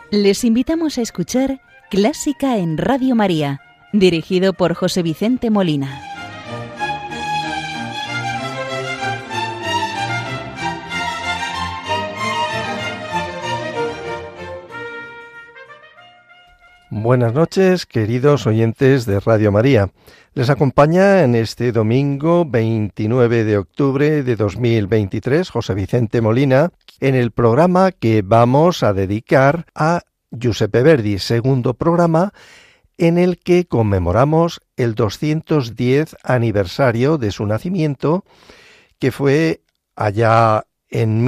Les invitamos a escuchar Clásica en Radio María, dirigido por José Vicente Molina. Buenas noches, queridos oyentes de Radio María. Les acompaña en este domingo 29 de octubre de 2023 José Vicente Molina en el programa que vamos a dedicar a Giuseppe Verdi, segundo programa en el que conmemoramos el 210 aniversario de su nacimiento, que fue allá en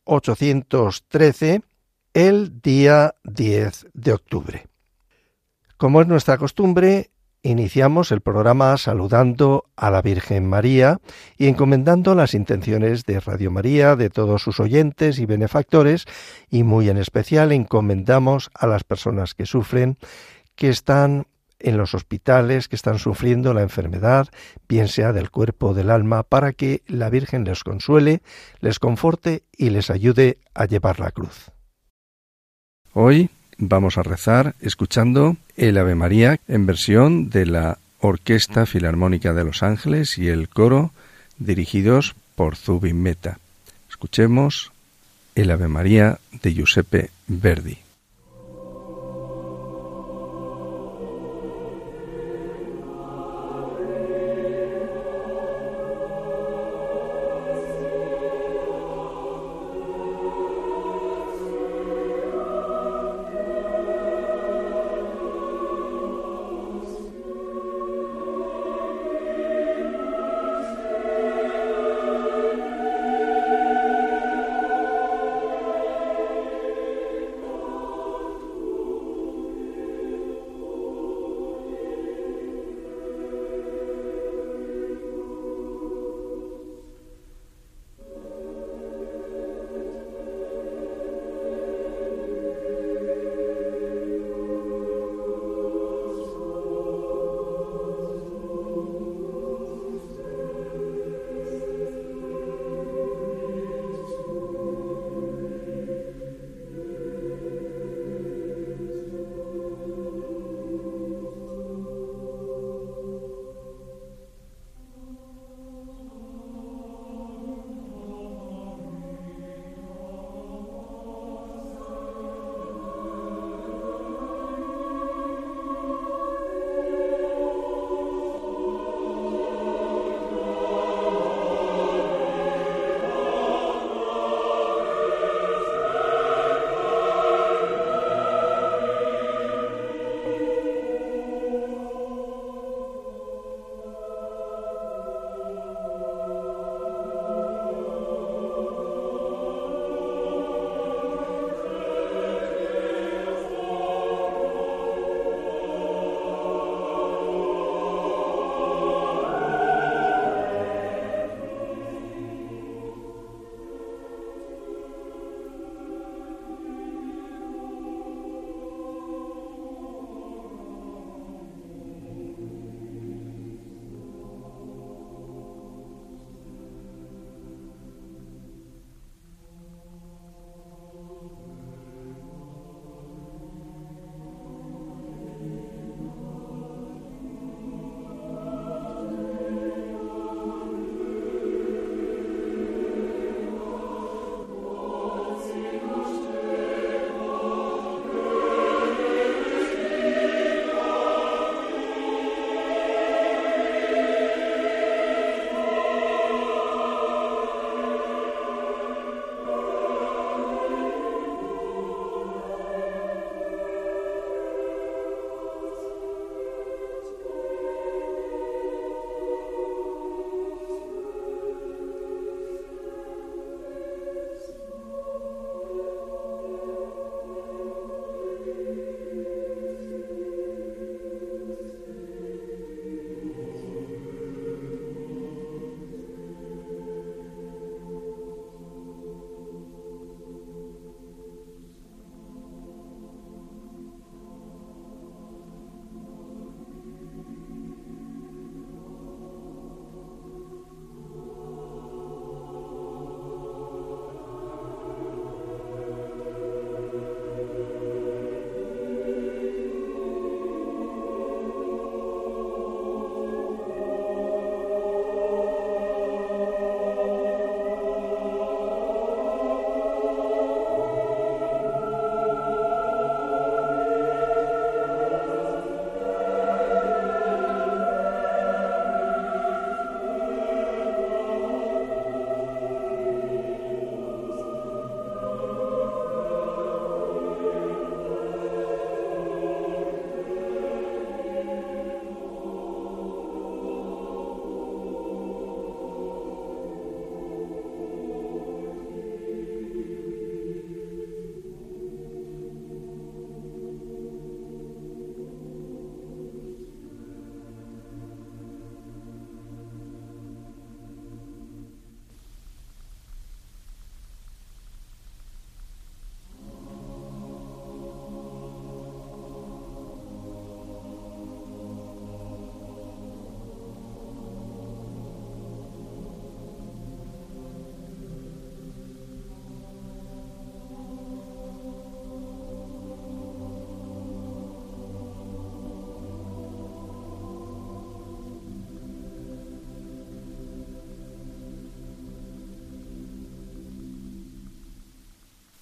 1813, el día 10 de octubre. Como es nuestra costumbre, iniciamos el programa saludando a la Virgen María y encomendando las intenciones de Radio María, de todos sus oyentes y benefactores, y muy en especial encomendamos a las personas que sufren, que están en los hospitales, que están sufriendo la enfermedad, bien sea del cuerpo o del alma, para que la Virgen les consuele, les conforte y les ayude a llevar la cruz. Hoy vamos a rezar escuchando el Ave María en versión de la Orquesta Filarmónica de Los Ángeles y el coro dirigidos por Zubin Mehta. Escuchemos el Ave María de Giuseppe Verdi.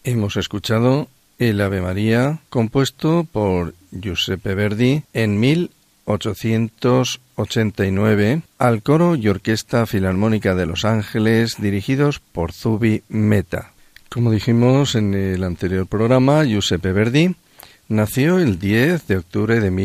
Hemos escuchado el Ave María, compuesto por Giuseppe Verdi en 1889, al coro y orquesta filarmónica de Los Ángeles, dirigidos por Zubin Mehta. Como dijimos en el anterior programa, Giuseppe Verdi nació el 10 de octubre de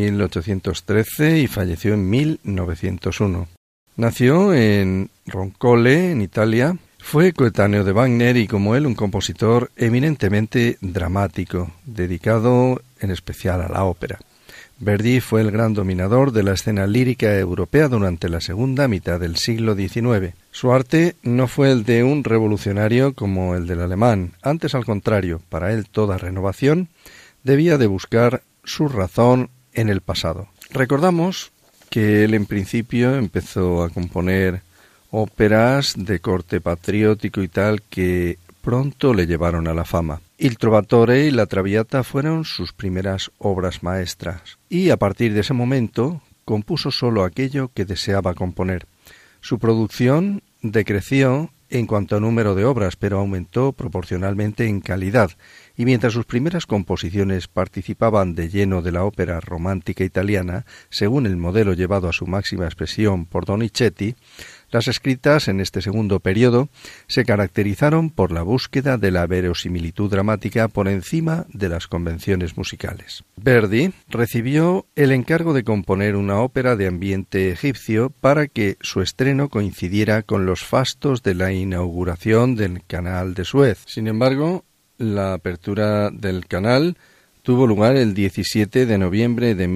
1813 y falleció en 1901. Nació en Roncole, en Italia. Fue coetáneo de Wagner y, como él, un compositor eminentemente dramático, dedicado en especial a la ópera. Verdi fue el gran dominador de la escena lírica europea durante la segunda mitad del siglo XIX. Su arte no fue el de un revolucionario como el del alemán, antes al contrario, para él toda renovación debía de buscar su razón en el pasado. Recordamos que él en principio empezó a componer óperas de corte patriótico y tal que pronto le llevaron a la fama. Il Trovatore y la Traviata fueron sus primeras obras maestras, y a partir de ese momento compuso solo aquello que deseaba componer. Su producción decreció en cuanto a número de obras, pero aumentó proporcionalmente en calidad, y mientras sus primeras composiciones participaban de lleno de la ópera romántica italiana, según el modelo llevado a su máxima expresión por Donizetti, las escritas en este segundo periodo se caracterizaron por la búsqueda de la verosimilitud dramática por encima de las convenciones musicales. Verdi recibió el encargo de componer una ópera de ambiente egipcio para que su estreno coincidiera con los fastos de la inauguración del Canal de Suez. Sin embargo, la apertura del canal tuvo lugar el 17 de noviembre de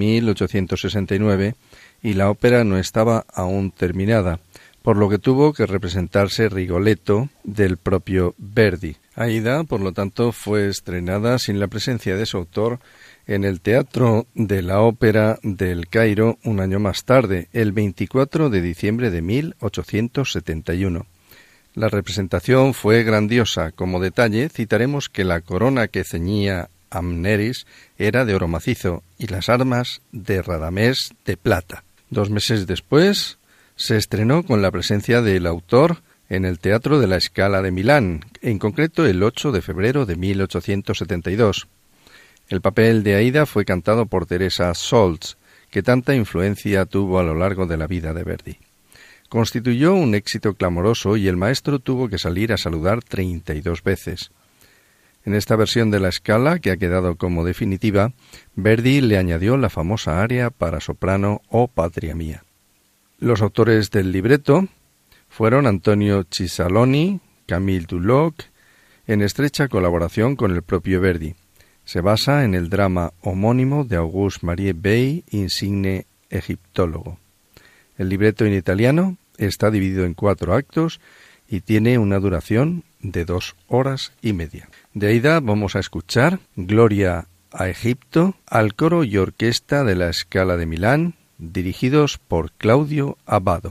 1869 y la ópera no estaba aún terminada, por lo que tuvo que representarse Rigoletto del propio Verdi. Aida, por lo tanto, fue estrenada sin la presencia de su autor en el Teatro de la Ópera del Cairo un año más tarde, el 24 de diciembre de 1871. La representación fue grandiosa. Como detalle, citaremos que la corona que ceñía Amneris era de oro macizo y las armas de Radamés de plata. 2 meses después se estrenó con la presencia del autor en el Teatro de la Scala de Milán, en concreto el 8 de febrero de 1872. El papel de Aida fue cantado por Teresa Solz, que tanta influencia tuvo a lo largo de la vida de Verdi. Constituyó un éxito clamoroso y el maestro tuvo que salir a saludar 32 veces. En esta versión de la Scala, que ha quedado como definitiva, Verdi le añadió la famosa aria para soprano «Oh Patria Mía». Los autores del libreto fueron Antonio Cisaloni, Camille Duloc, en estrecha colaboración con el propio Verdi. Se basa en el drama homónimo de Auguste-Marie Bey, insigne egiptólogo. El libreto en italiano está dividido en 4 actos y tiene una duración de 2 horas y media. De Aida vamos a escuchar Gloria a Egipto, al coro y orquesta de la Scala de Milán, dirigidos por Claudio Abbado.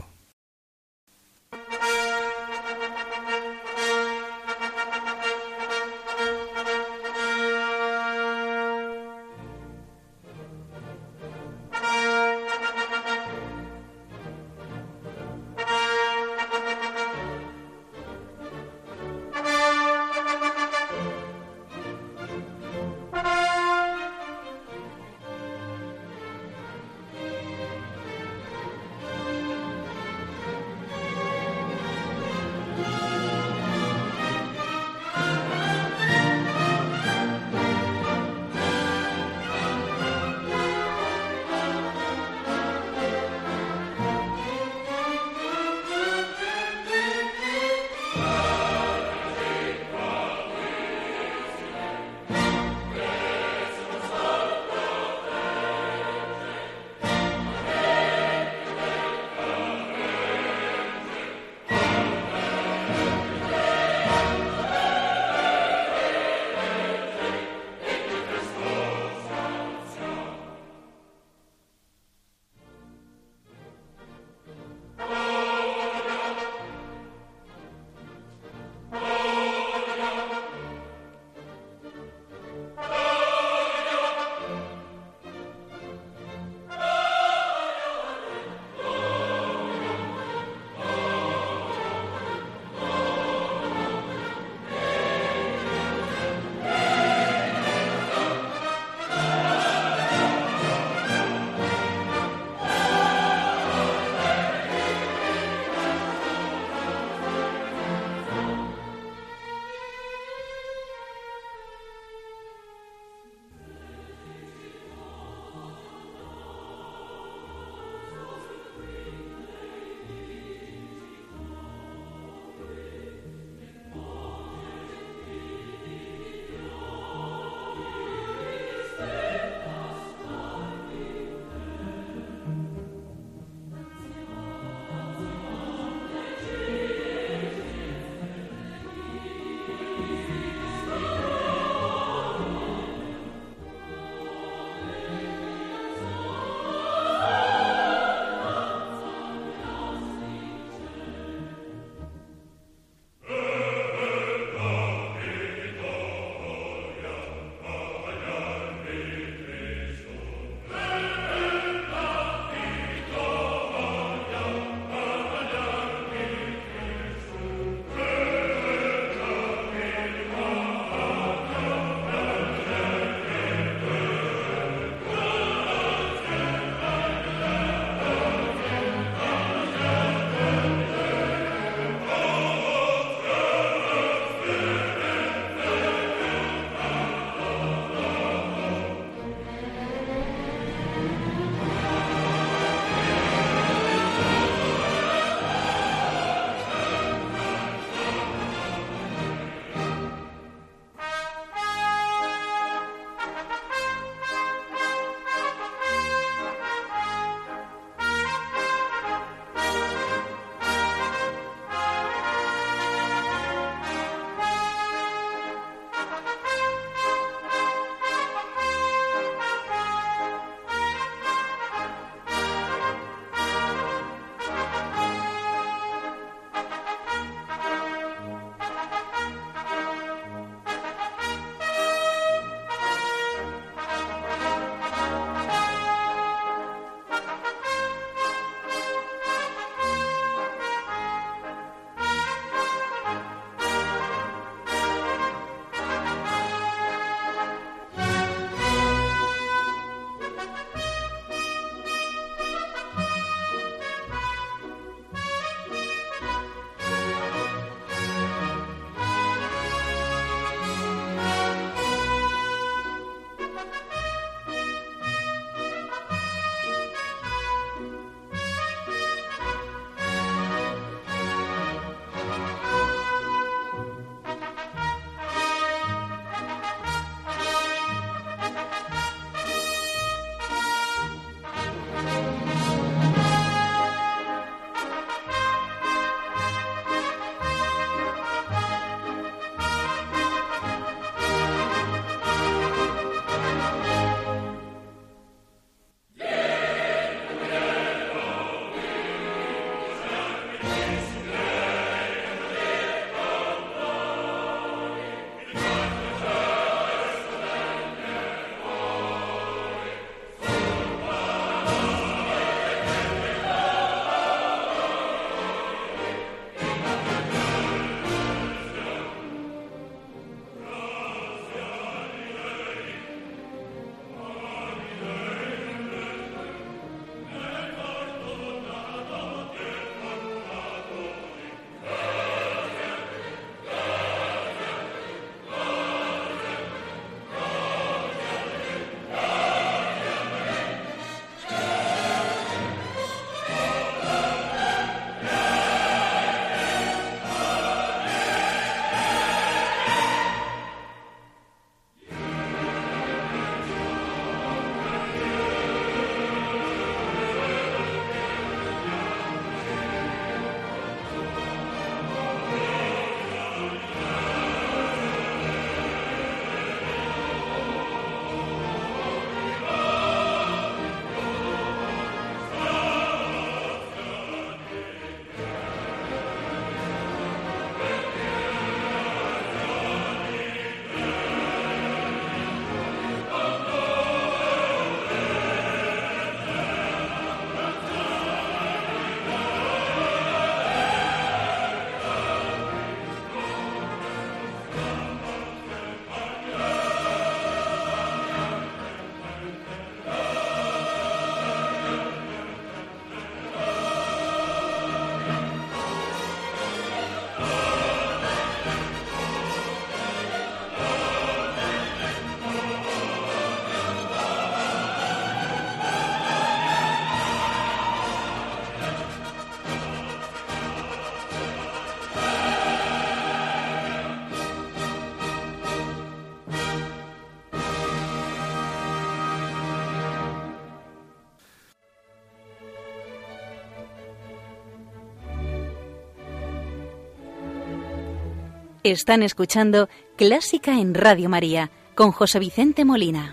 Están escuchando Clásica en Radio María con José Vicente Molina.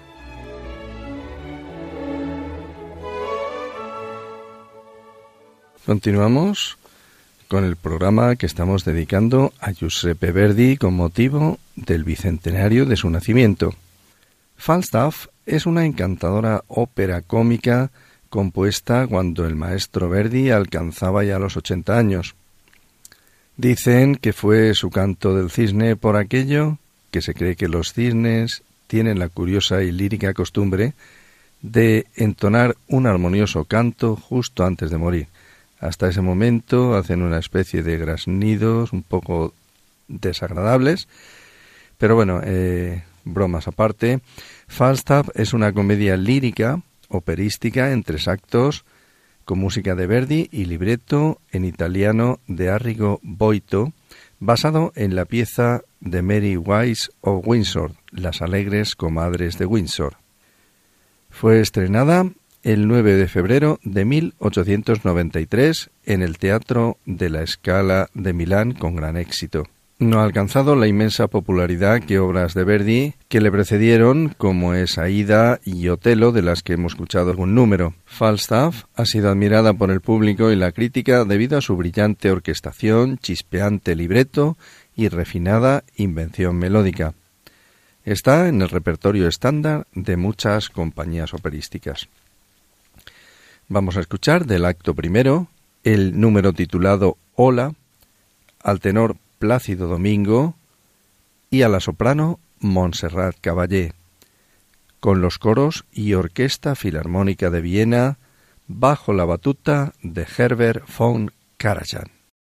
Continuamos con el programa que estamos dedicando a Giuseppe Verdi con motivo del bicentenario de su nacimiento. Falstaff es una encantadora ópera cómica compuesta cuando el maestro Verdi alcanzaba ya los 80 años. Dicen que fue su canto del cisne por aquello que se cree que los cisnes tienen la curiosa y lírica costumbre de entonar un armonioso canto justo antes de morir. Hasta ese momento hacen una especie de graznidos un poco desagradables, pero bueno, bromas aparte. Falstaff es una comedia lírica, operística, en 3 actos, con música de Verdi y libreto en italiano de Arrigo Boito, basado en la pieza de Mary Wise of Windsor, Las alegres comadres de Windsor. Fue estrenada el 9 de febrero de 1893 en el Teatro de la Scala de Milán con gran éxito. No ha alcanzado la inmensa popularidad que obras de Verdi que le precedieron, como es Aída y Otelo, de las que hemos escuchado algún número. Falstaff ha sido admirada por el público y la crítica debido a su brillante orquestación, chispeante libreto y refinada invención melódica. Está en el repertorio estándar de muchas compañías operísticas. Vamos a escuchar del acto primero el número titulado Hola, al tenor Plácido Domingo y a la soprano Montserrat Caballé, con los coros y Orquesta Filarmónica de Viena bajo la batuta de Herbert von Karajan.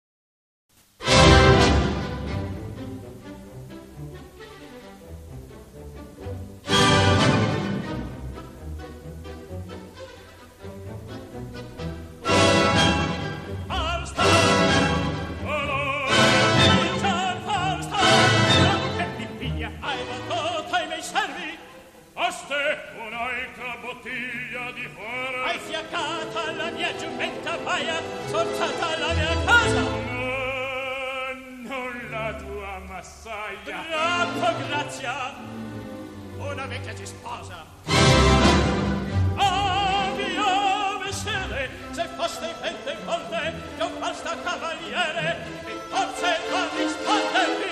Una vecchia ci sposa. Ah, mio mestiere, se foste vente con me, che un basta cavaliere, e forse non rispondermi.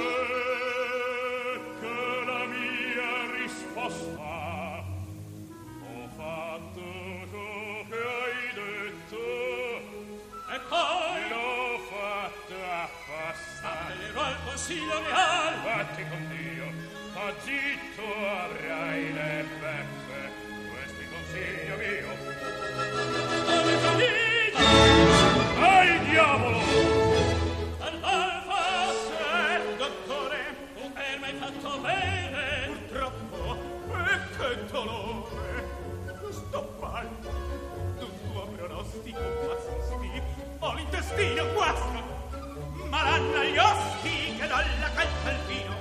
Ecco la mia risposta. Ho fatto ciò che hai detto, e poi l'ho fatto apposta. Appellerò il consiglio reale. Fatti con Dio. Ma zitto avrai le beffe, questo è consiglio mio. Dove finito? Ai diavolo! All'alfa, se, dottore, tu per me hai fatto bene. Purtroppo, e che dolore. Sto male. D'un tuo pronostico m'assisti, ho l'intestino guasto. Maranna gli oschi che dalla calza al vino.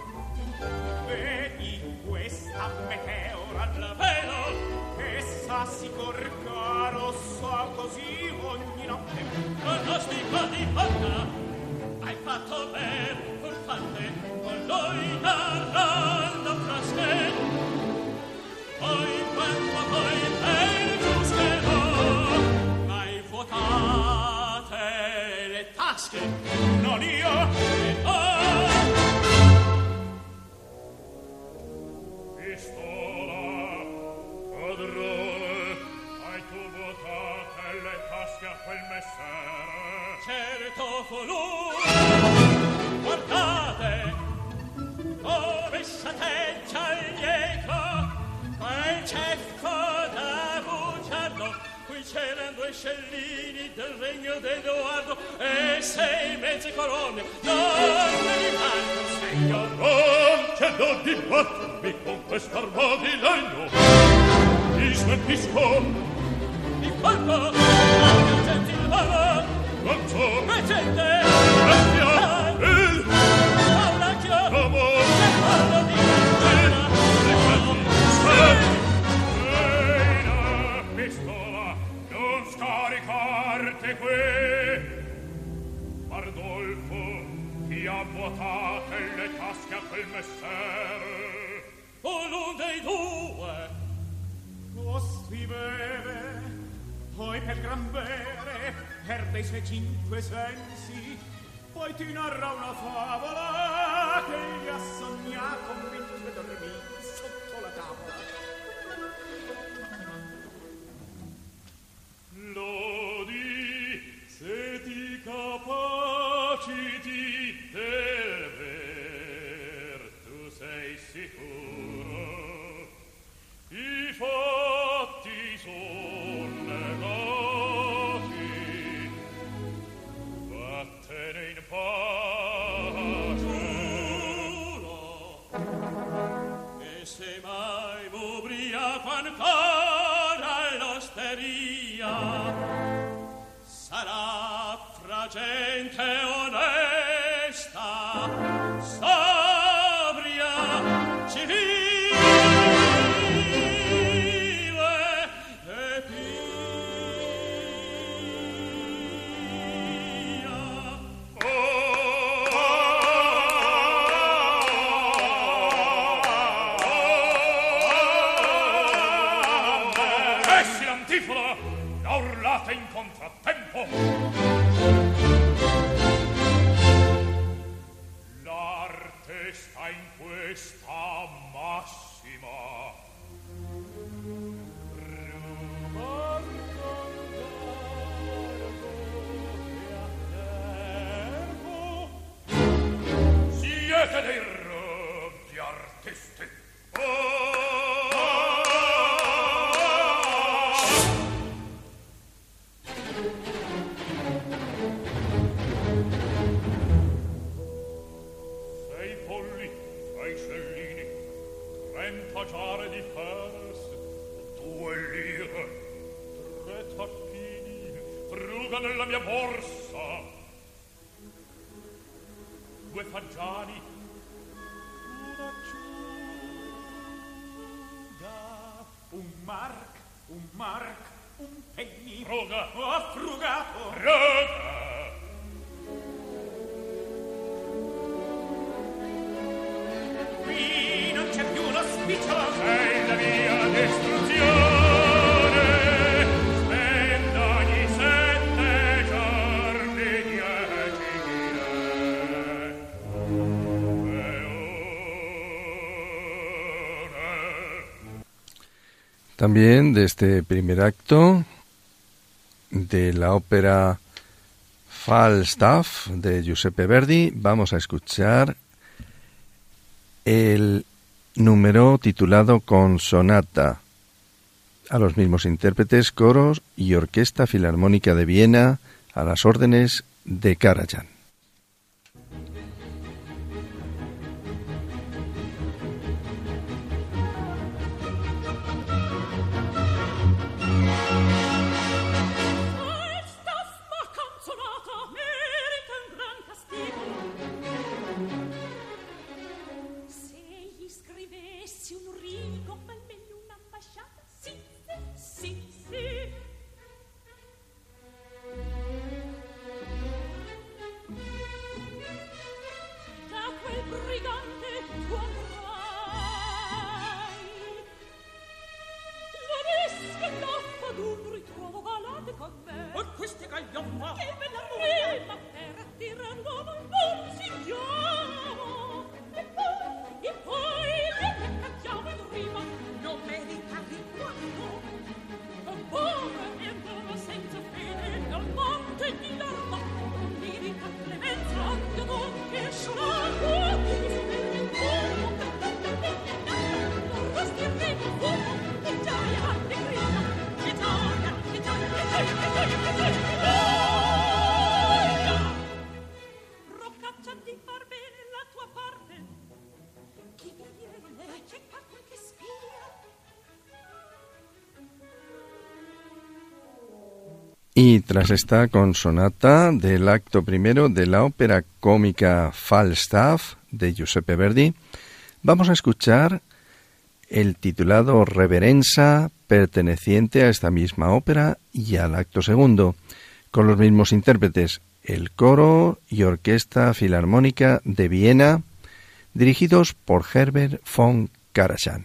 Vedi questa meteora al velo, che sa si corca rossa così ogni notte. Pronostico di fatta, hai fatto bene, furfante, con noi narrando fra sé. Poi quando poi ben giusterò, m'hai vuotate le tasche, non io, e pistola, padrone, hai tu vuotate le tasche a quel messere? Certo fu lui, guardate, come sciateggia dietro, quel ceffo da bugiardo, qui c'erano 2 scellini del regno d'Edoardo e 6 mezze colonne, non me li fanno segno. Non c'è da dibattermi con quest'arma di legno. Mi smentisco. Il corpo a un gentiluomo, non so, recente, bestia, il pauracchio, l'amore, che parlo di mentira, ehi, la pistola, non scaricarti qui. Ardolfo, ti ha vuotate le tasche a quel messere. O l'un dei due costi beve, poi per gran bere perde i suoi 5 sensi, poi ti narra una favola che gli ha sognato mentre dormì sotto la tavola. Lodi, se ti capaciti del ver, tu sei sicuro. I fatti son negati, vattene in pace. Giuro, e se mai m'ubriaco ancora all'osteria, sarà fra gente onesta, sobria, civile e pia. Essi l'antifona, la urlata in contrattempo. L'arte sta in questa massima. Rubar con garbo e a tempo. Siete dei rubbi artisti. Sei polli, sei scellini, 30 giare di fers, 2 lire, 3 tappini, fruga nella mia borsa, 2 fagiani, un'acciuga, un mark, un penny, fruga, oh, frugato, fruga. Qui non c'è più l'ospiccio, sei la mia distruzione. Spendo ogni 7 giorni 10 lire. También de este primer acto de la ópera Falstaff de Giuseppe Verdi vamos a escuchar el número titulado Consonata, a los mismos intérpretes, coros y Orquesta Filarmónica de Viena, a las órdenes de Karajan. Y tras esta consonata del acto primero de la ópera cómica Falstaff de Giuseppe Verdi, vamos a escuchar el titulado Reverenza, perteneciente a esta misma ópera y al acto segundo, con los mismos intérpretes, el Coro y Orquesta Filarmónica de Viena, dirigidos por Herbert von Karajan.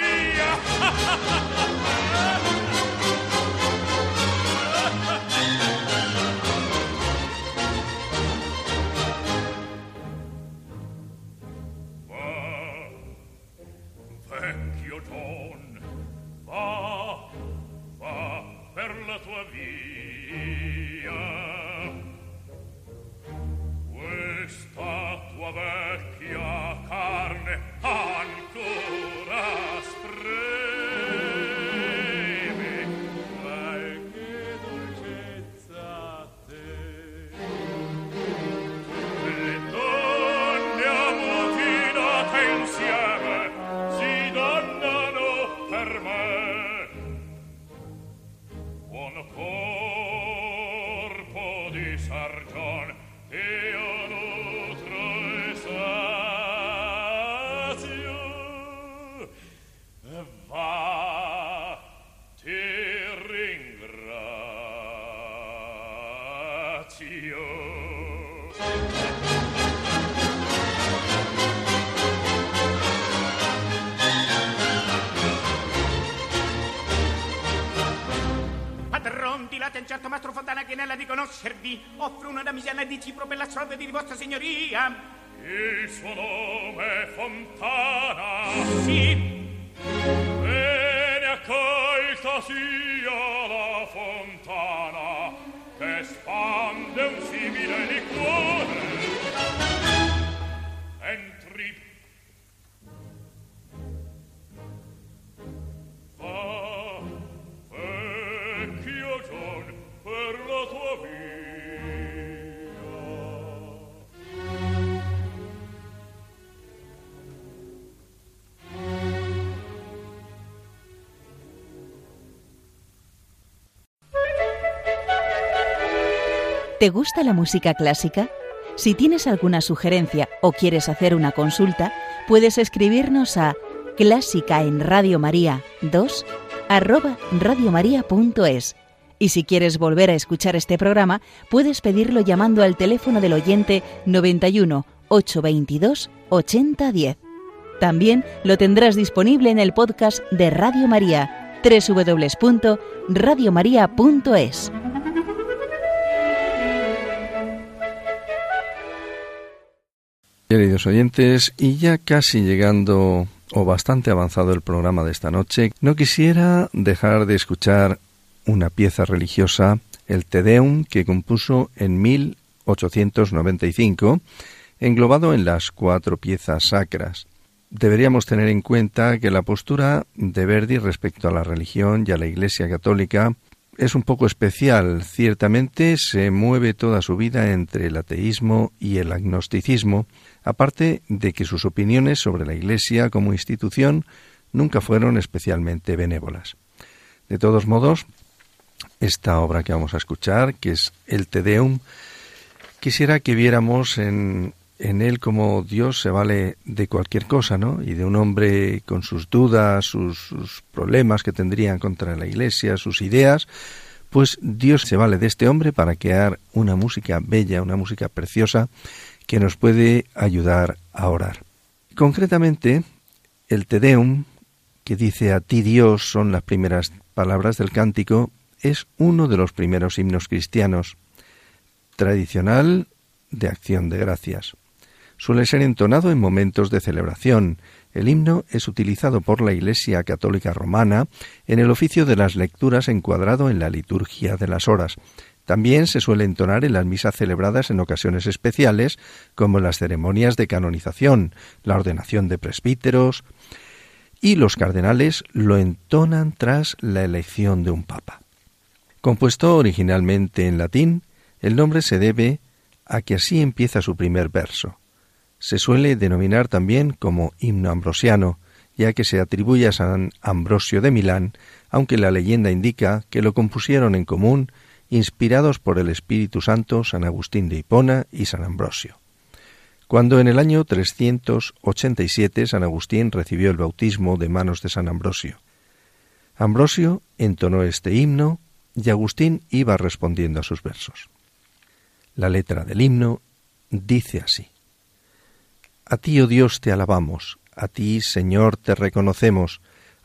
Certo mastro Fontana che nella di conoscervi offre una damigiana di cipro per la salve di vostra signoria. Il suo nome è Fontana. Sì. Bene accolta sia la fontana che spande un simile liquore. Entri. Va, vecchio John, per la tua via. ¿Te gusta la música clásica? Si tienes alguna sugerencia o quieres hacer una consulta, puedes escribirnos a clásicaenradiomaria2@radiomaria.es. Y si quieres volver a escuchar este programa, puedes pedirlo llamando al teléfono del oyente 91 822 8010. También lo tendrás disponible en el podcast de Radio María, www.radiomaria.es. Queridos oyentes, y ya casi llegando o bastante avanzado el programa de esta noche, no quisiera dejar de escuchar una pieza religiosa, el Te Deum, que compuso en 1895, englobado en las 4 piezas sacras. Deberíamos tener en cuenta que la postura de Verdi respecto a la religión y a la Iglesia católica es un poco especial. Ciertamente se mueve toda su vida entre el ateísmo y el agnosticismo, aparte de que sus opiniones sobre la Iglesia como institución nunca fueron especialmente benévolas. De todos modos, esta obra que vamos a escuchar, que es el Te Deum, quisiera que viéramos en él como Dios se vale de cualquier cosa, ¿no? Y de un hombre con sus dudas, sus problemas que tendrían contra la Iglesia, sus ideas, pues Dios se vale de este hombre para crear una música bella, una música preciosa que nos puede ayudar a orar. Concretamente, el Te Deum, que dice a ti Dios, son las primeras palabras del cántico, es uno de los primeros himnos cristianos, tradicional de acción de gracias. Suele ser entonado en momentos de celebración. El himno es utilizado por la Iglesia Católica Romana en el oficio de las lecturas encuadrado en la liturgia de las horas. También se suele entonar en las misas celebradas en ocasiones especiales, como en las ceremonias de canonización, la ordenación de presbíteros, y los cardenales lo entonan tras la elección de un papa. Compuesto originalmente en latín, el nombre se debe a que así empieza su primer verso. Se suele denominar también como himno ambrosiano, ya que se atribuye a San Ambrosio de Milán, aunque la leyenda indica que lo compusieron en común, inspirados por el Espíritu Santo, San Agustín de Hipona y San Ambrosio. Cuando en el año 387 San Agustín recibió el bautismo de manos de San Ambrosio. Ambrosio entonó este himno y Agustín iba respondiendo a sus versos. La letra del himno dice así: A ti, oh Dios, te alabamos, a ti, Señor, te reconocemos,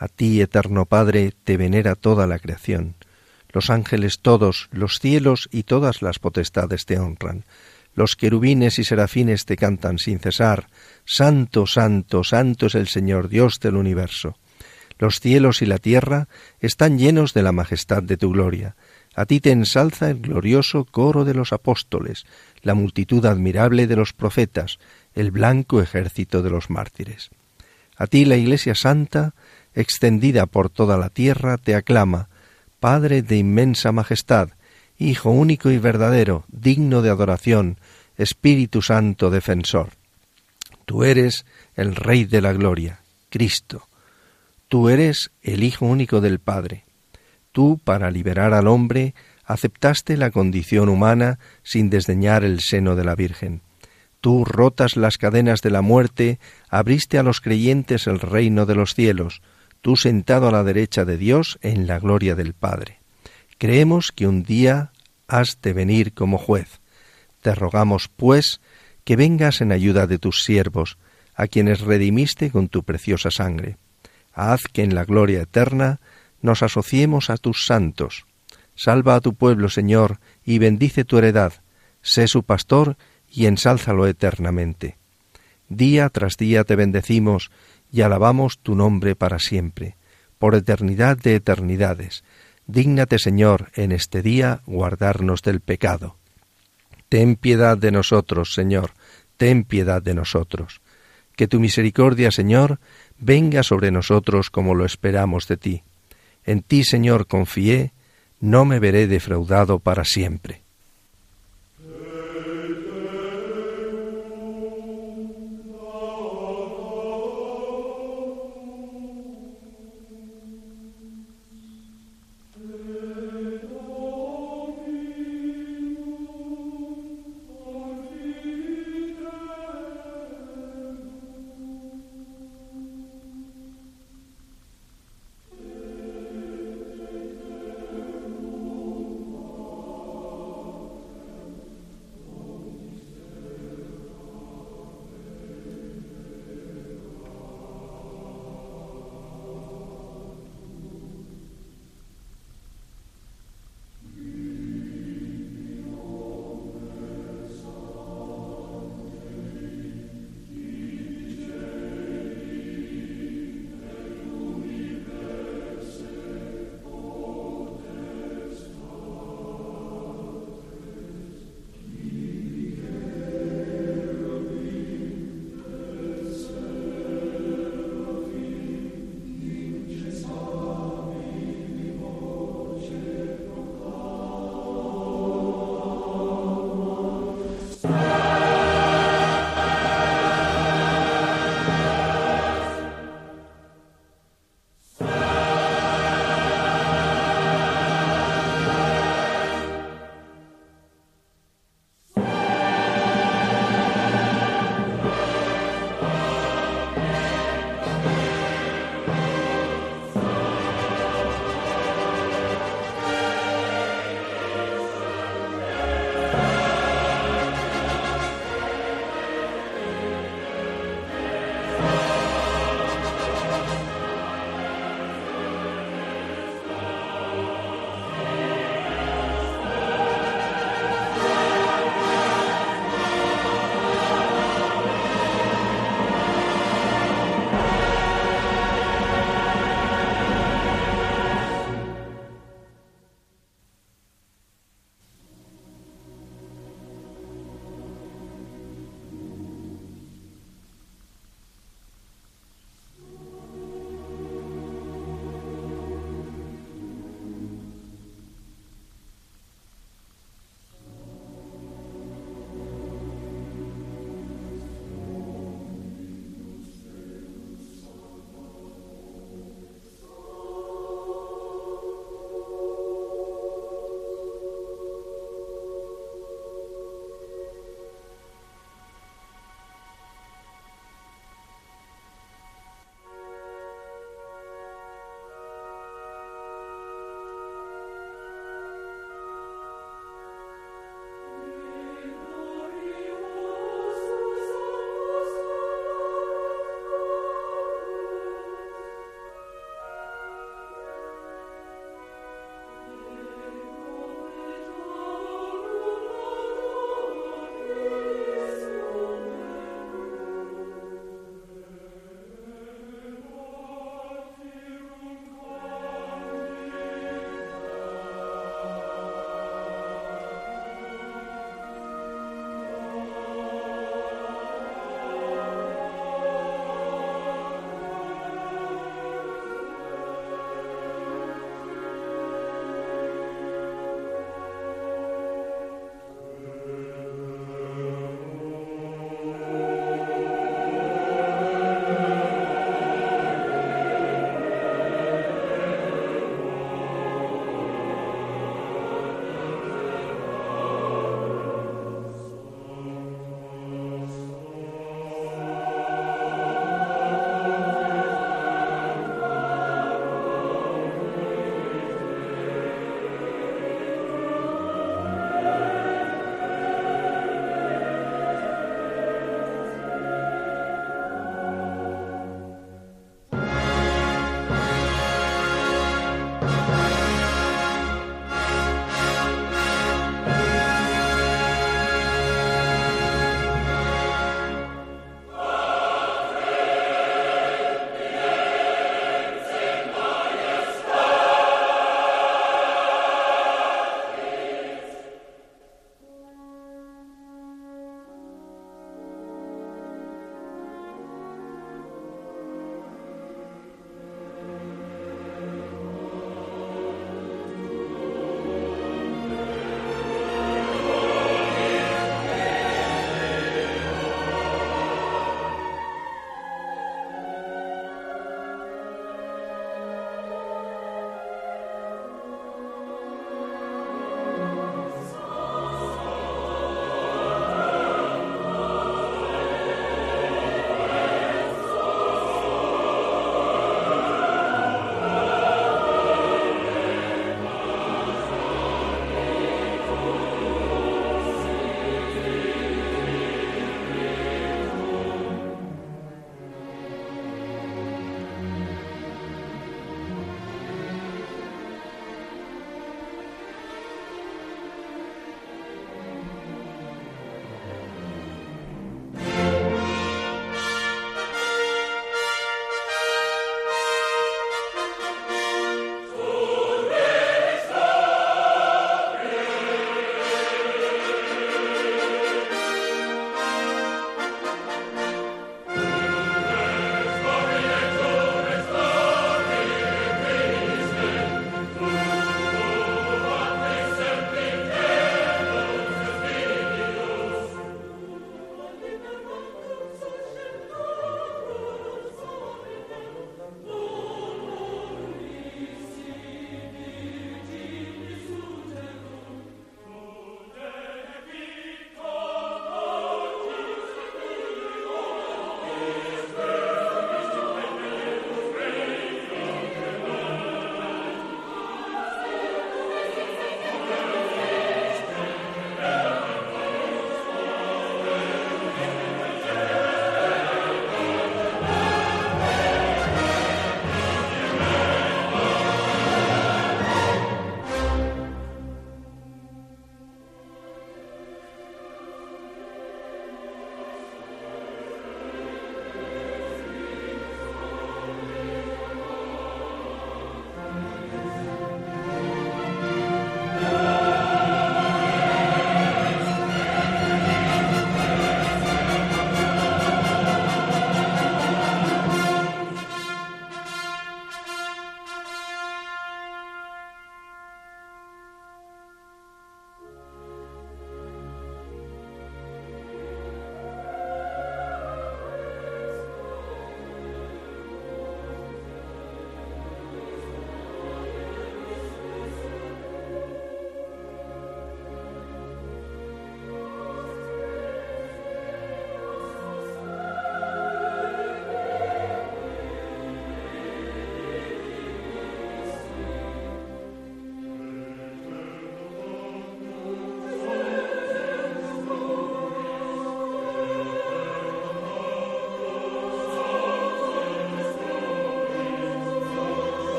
A ti, eterno Padre, te venera toda la creación. Los ángeles todos, los cielos y todas las potestades te honran. Los querubines y serafines te cantan sin cesar. Santo, santo, santo es el Señor Dios del universo. Los cielos y la tierra están llenos de la majestad de tu gloria. A ti te ensalza el glorioso coro de los apóstoles, la multitud admirable de los profetas, el blanco ejército de los mártires. A ti la Iglesia Santa, extendida por toda la tierra, te aclama, Padre de inmensa majestad, Hijo único y verdadero, digno de adoración, Espíritu Santo defensor. Tú eres el Rey de la gloria, Cristo. Tú eres el Hijo único del Padre. Tú, para liberar al hombre, aceptaste la condición humana sin desdeñar el seno de la Virgen. Tú, rotas las cadenas de la muerte, abriste a los creyentes el reino de los cielos, tú sentado a la derecha de Dios en la gloria del Padre. Creemos que un día has de venir como juez. Te rogamos, pues, que vengas en ayuda de tus siervos, a quienes redimiste con tu preciosa sangre. Haz que en la gloria eterna nos asociemos a tus santos. Salva a tu pueblo, Señor, y bendice tu heredad. Sé su pastor y ensálzalo eternamente. Día tras día te bendecimos y alabamos tu nombre para siempre, por eternidad de eternidades. Dígnate, Señor, en este día guardarnos del pecado. Ten piedad de nosotros, Señor, ten piedad de nosotros. Que tu misericordia, Señor, venga sobre nosotros como lo esperamos de ti. En ti, Señor, confié, no me veré defraudado para siempre.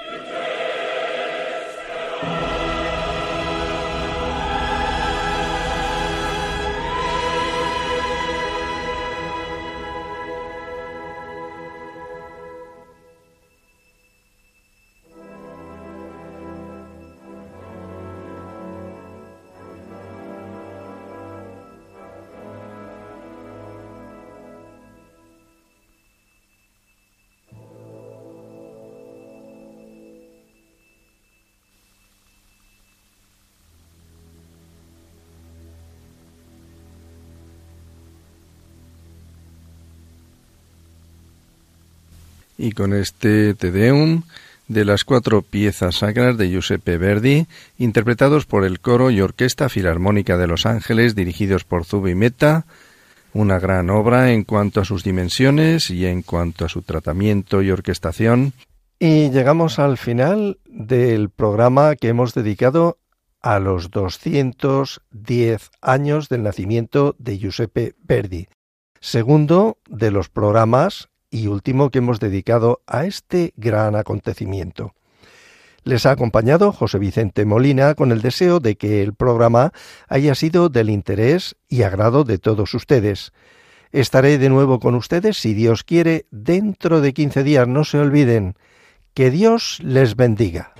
Y con este Te Deum de las 4 piezas sacras de Giuseppe Verdi, interpretados por el Coro y Orquesta Filarmónica de Los Ángeles, dirigidos por Zubin Mehta, una gran obra en cuanto a sus dimensiones y en cuanto a su tratamiento y orquestación. Y llegamos al final del programa que hemos dedicado a los 210 años del nacimiento de Giuseppe Verdi, segundo de los programas y último que hemos dedicado a este gran acontecimiento. Les ha acompañado José Vicente Molina con el deseo de que el programa haya sido del interés y agrado de todos ustedes. Estaré de nuevo con ustedes, si Dios quiere, dentro de 15 días. No se olviden. Que Dios les bendiga.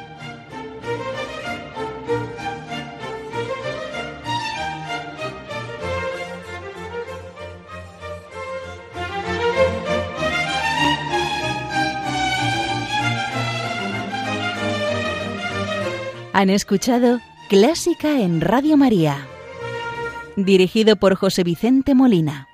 Han escuchado Clásica en Radio María, dirigido por José Vicente Molina.